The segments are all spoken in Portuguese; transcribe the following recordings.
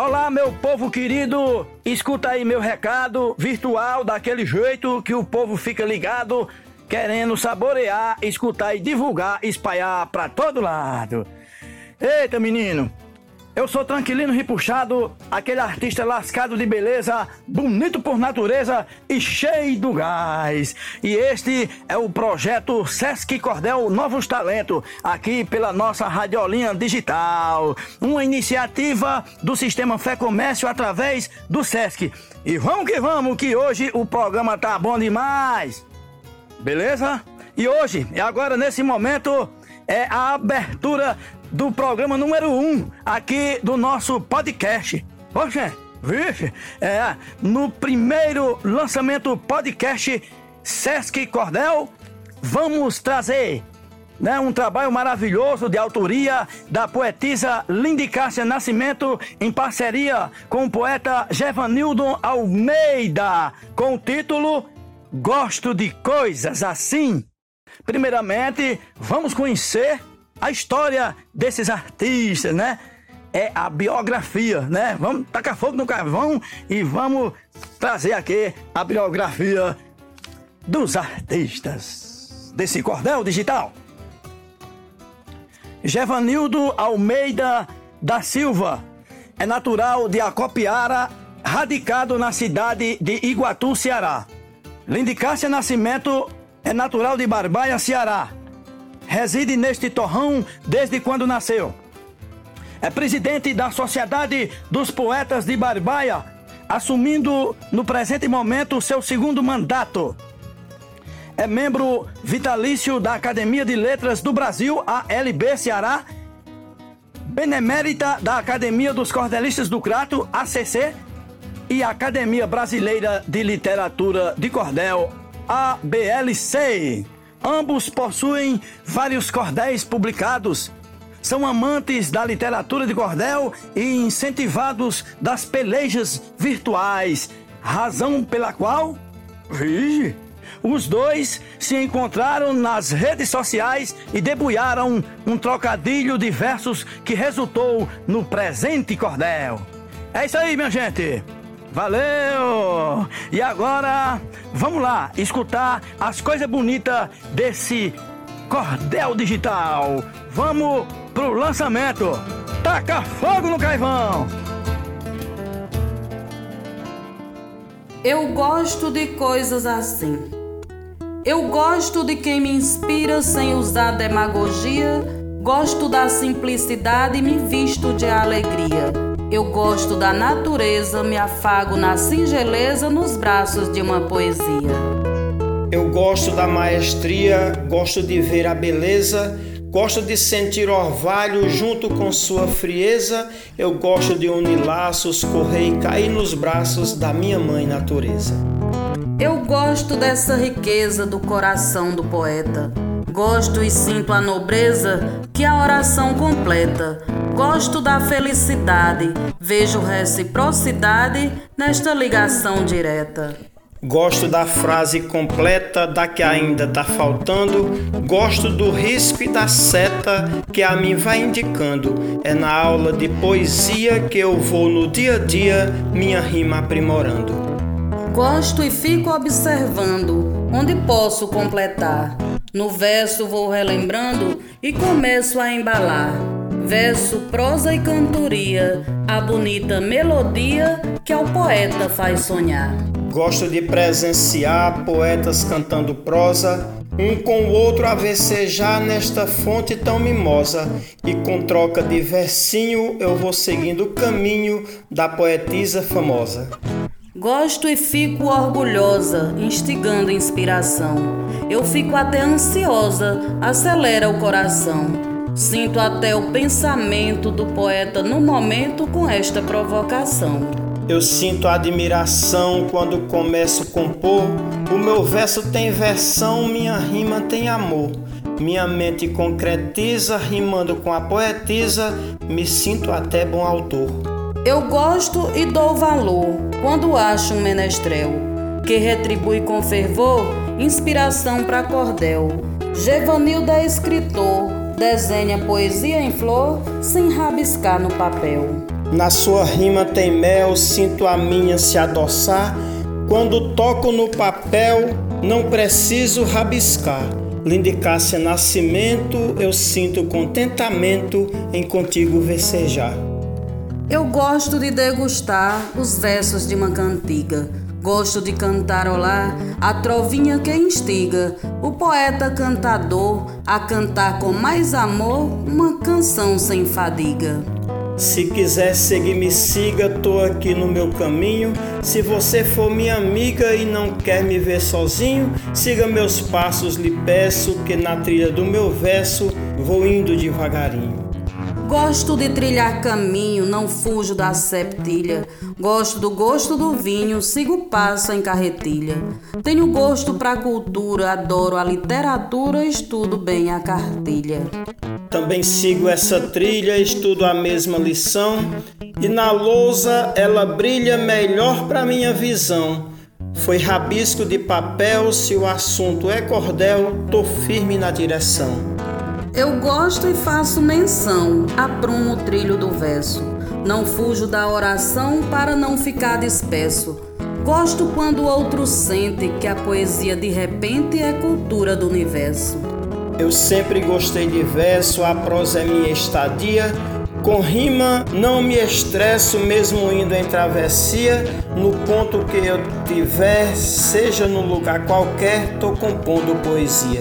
Olá, meu povo querido, escuta aí meu recado virtual, daquele jeito que o povo fica ligado, querendo saborear, escutar e divulgar, espalhar pra todo lado. Eita, menino, eu sou Tranquilino Ripuxado, aquele artista lascado de beleza, bonito por natureza e cheio do gás. E este é o projeto Sesc Cordel Novos Talentos, aqui pela nossa radiolinha digital. Uma iniciativa do Sistema Fé Comércio através do Sesc. E vamos, que hoje o programa tá bom demais. Beleza? E hoje, agora nesse momento, é a abertura do programa número 1 aqui do nosso podcast. Poxa, vixe, no primeiro lançamento podcast Sesc Cordel, vamos trazer um trabalho maravilhoso de autoria da poetisa Lindy Cássia Nascimento, em parceria com o poeta Gevanildo Almeida, com o título Gosto de Coisas Assim. Primeiramente, vamos conhecer a história desses artistas, né? É a biografia, né? Vamos tacar fogo no carvão e vamos trazer aqui a biografia dos artistas desse cordel digital. Gevanildo Almeida da Silva é natural de Acopiara, radicado na cidade de Iguatu, Ceará. Lindy Cássia Nascimento é natural de Barbaia, Ceará. Reside neste torrão desde quando nasceu. É presidente da Sociedade dos Poetas de Barbaia, assumindo no presente momento seu segundo mandato. É membro vitalício da Academia de Letras do Brasil, ALB Ceará, benemérita da Academia dos Cordelistas do Crato, ACC, e Academia Brasileira de Literatura de Cordel, ABLC. Ambos possuem vários cordéis publicados, são amantes da literatura de cordel e incentivados das pelejas virtuais, razão pela qual os dois se encontraram nas redes sociais e debulharam um trocadilho de versos que resultou no presente cordel. É isso aí, minha gente! Valeu! E agora, vamos lá, escutar as coisas bonitas desse cordel digital. Vamos pro lançamento. Taca fogo no carvão! Eu gosto de coisas assim. Eu gosto de quem me inspira sem usar demagogia. Gosto da simplicidade e me visto de alegria. Eu gosto da natureza, me afago na singeleza, nos braços de uma poesia. Eu gosto da maestria, gosto de ver a beleza, gosto de sentir orvalho junto com sua frieza. Eu gosto de unir laços, correr e cair nos braços da minha mãe natureza. Eu gosto dessa riqueza do coração do poeta. Gosto e sinto a nobreza que a oração completa. Gosto da felicidade, vejo reciprocidade nesta ligação direta. Gosto da frase completa, da que ainda tá faltando. Gosto do risco e da seta que a mim vai indicando. É na aula de poesia que eu vou no dia a dia minha rima aprimorando. Gosto e fico observando onde posso completar. No verso vou relembrando e começo a embalar. Verso, prosa e cantoria, a bonita melodia que ao poeta faz sonhar. Gosto de presenciar poetas cantando prosa, um com o outro a vecejar nesta fonte tão mimosa. E com troca de versinho eu vou seguindo o caminho da poetisa famosa. Gosto e fico orgulhosa, instigando inspiração. Eu fico até ansiosa, acelera o coração. Sinto até o pensamento do poeta no momento com esta provocação. Eu sinto admiração quando começo a compor. O meu verso tem versão, minha rima tem amor. Minha mente concretiza, rimando com a poetisa, me sinto até bom autor. Eu gosto e dou valor quando acho um menestrel que retribui com fervor inspiração para cordel. Gevanildo é escritor, desenha poesia em flor sem rabiscar no papel. Na sua rima tem mel, sinto a minha se adoçar. Quando toco no papel, não preciso rabiscar. Linda Cássia Nascimento, eu sinto contentamento em contigo versejar. Eu gosto de degustar os versos de uma cantiga. Gosto de cantarolar a trovinha que instiga o poeta cantador a cantar com mais amor uma canção sem fadiga. Se quiser seguir, me siga, tô aqui no meu caminho. Se você for minha amiga e não quer me ver sozinho, siga meus passos, lhe peço, que na trilha do meu verso vou indo devagarinho. Gosto de trilhar caminho, não fujo da septilha. Gosto do gosto do vinho, sigo o passo em carretilha. Tenho gosto pra cultura, adoro a literatura, estudo bem a cartilha. Também sigo essa trilha, estudo a mesma lição, e na lousa ela brilha melhor pra minha visão. Foi rabisco de papel, se o assunto é cordel, tô firme na direção. Eu gosto e faço menção, aprumo o trilho do verso. Não fujo da oração para não ficar disperso. Gosto quando o outro sente que a poesia de repente é cultura do universo. Eu sempre gostei de verso, a prosa é minha estadia. Com rima não me estresso, mesmo indo em travessia. No ponto que eu tiver, seja no lugar qualquer, tô compondo poesia.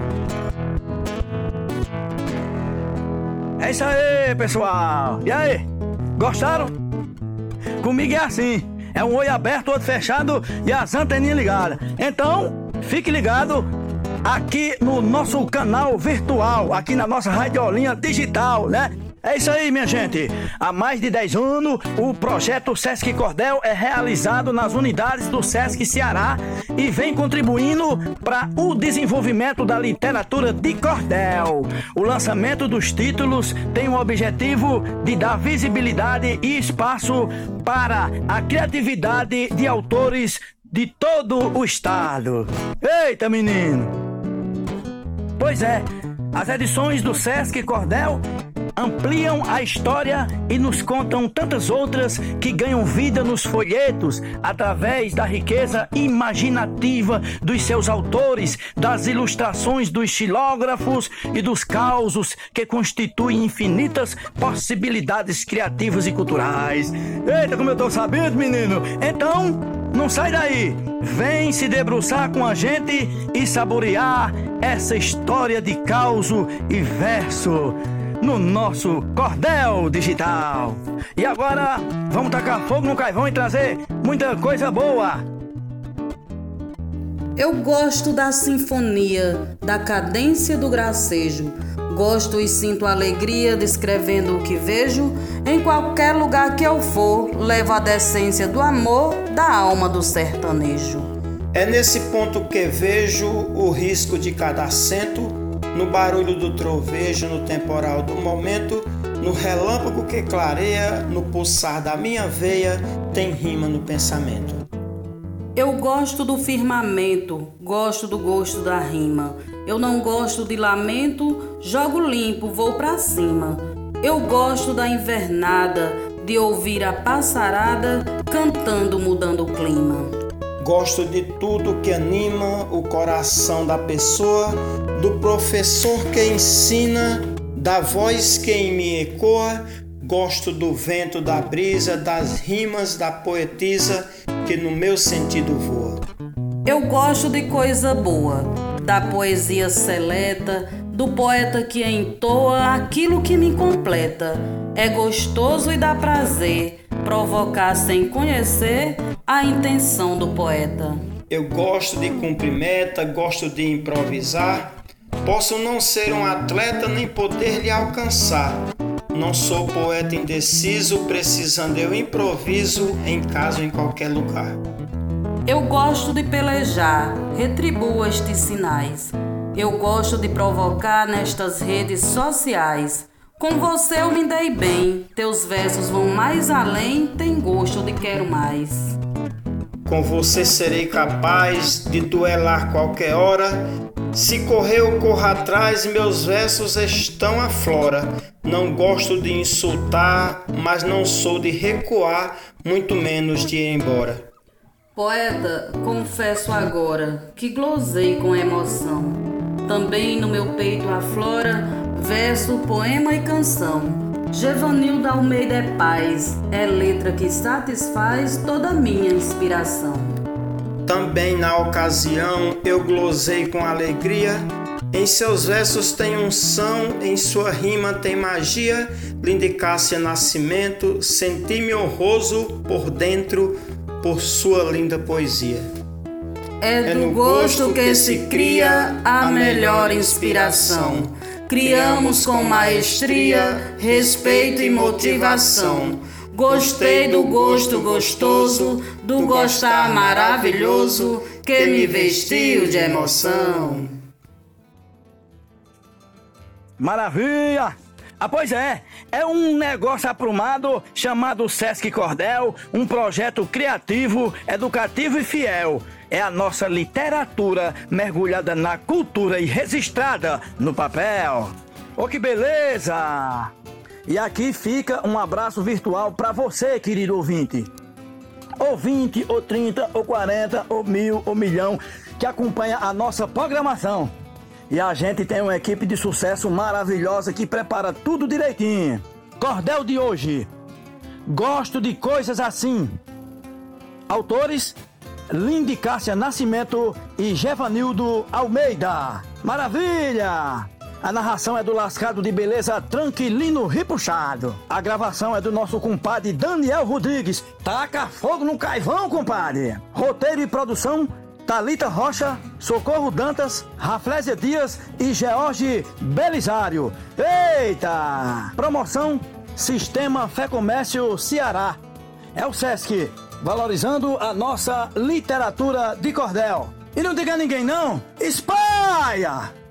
É isso aí, pessoal! E aí? Gostaram? Comigo é assim, é um olho aberto, outro fechado e as anteninhas ligadas. Então, fique ligado aqui no nosso canal virtual, aqui na nossa radiolinha digital, né? É isso aí, minha gente. Há mais de 10 anos, o projeto Sesc Cordel é realizado nas unidades do Sesc Ceará e vem contribuindo para o desenvolvimento da literatura de cordel. O lançamento dos títulos tem o objetivo de dar visibilidade e espaço para a criatividade de autores de todo o estado. Eita, menino! Pois é, as edições do Sesc Cordel ampliam a história e nos contam tantas outras que ganham vida nos folhetos através da riqueza imaginativa dos seus autores, das ilustrações dos xilógrafos e dos causos que constituem infinitas possibilidades criativas e culturais. Eita, como eu tô sabendo, menino! Então, não sai daí! Vem se debruçar com a gente e saborear essa história de causo e verso no nosso Cordel Digital. E agora, vamos tacar fogo no carvão e trazer muita coisa boa. Eu gosto da sinfonia, da cadência do gracejo. Gosto e sinto alegria descrevendo o que vejo. Em qualquer lugar que eu for, levo a decência do amor da alma do sertanejo. É nesse ponto que vejo o risco de cada acento, no barulho do trovejo, no temporal do momento, no relâmpago que clareia, no pulsar da minha veia, tem rima no pensamento. Eu gosto do firmamento, gosto do gosto da rima. Eu não gosto de lamento, jogo limpo, vou pra cima. Eu gosto da invernada, de ouvir a passarada cantando, mudando o clima. Gosto de tudo que anima o coração da pessoa, do professor que ensina, da voz que em mim ecoa. Gosto do vento, da brisa, das rimas da poetisa que no meu sentido voa. Eu gosto de coisa boa, da poesia seleta, do poeta que entoa aquilo que me completa. É gostoso e dá prazer provocar sem conhecer a intenção do poeta. Eu gosto de cumprir meta, gosto de improvisar. Posso não ser um atleta nem poder lhe alcançar. Não sou poeta indeciso, precisando eu improviso em casa ou em qualquer lugar. Eu gosto de pelejar, retribuo estes sinais. Eu gosto de provocar nestas redes sociais. Com você eu me dei bem, teus versos vão mais além, tem gosto de quero mais. Com você serei capaz de duelar qualquer hora. Se correr eu corro atrás, meus versos estão à flora. Não gosto de insultar, mas não sou de recuar, muito menos de ir embora. Poeta, confesso agora que glosei com emoção. Também no meu peito aflora verso, poema e canção. Gevanildo Almeida é paz, é letra que satisfaz toda a minha inspiração. Também na ocasião eu glosei com alegria. Em seus versos tem unção, em sua rima tem magia. Lindicássia Nascimento, senti-me honroso por dentro por sua linda poesia. É do gosto que se cria a melhor inspiração. Criamos com maestria, respeito e motivação. Gostei do gosto gostoso, do gostar maravilhoso, que me vestiu de emoção. Maravilha! Pois é um negócio aprumado chamado Sesc Cordel, um projeto criativo, educativo e fiel. É a nossa literatura mergulhada na cultura e registrada no papel. Oh, que beleza! E aqui fica um abraço virtual para você, querido ouvinte. Ou 20, ou 30, ou 40, ou 1000, ou milhão, que acompanha a nossa programação. E a gente tem uma equipe de sucesso maravilhosa que prepara tudo direitinho. Cordel de hoje. Gosto de coisas assim. Autores: Lindicássia Nascimento e Gevanildo Almeida. Maravilha! A narração é do Lascado de Beleza Tranquilino Ripuxado. A gravação é do nosso compadre Daniel Rodrigues. Taca fogo no caivão, compadre. Roteiro e produção: Thalita Rocha, Socorro Dantas, Raflésia Dias e George Belisário. Eita! Promoção: Sistema Fé Comércio Ceará. É o Sesc, valorizando a nossa literatura de cordel. E não diga a ninguém não, espalha!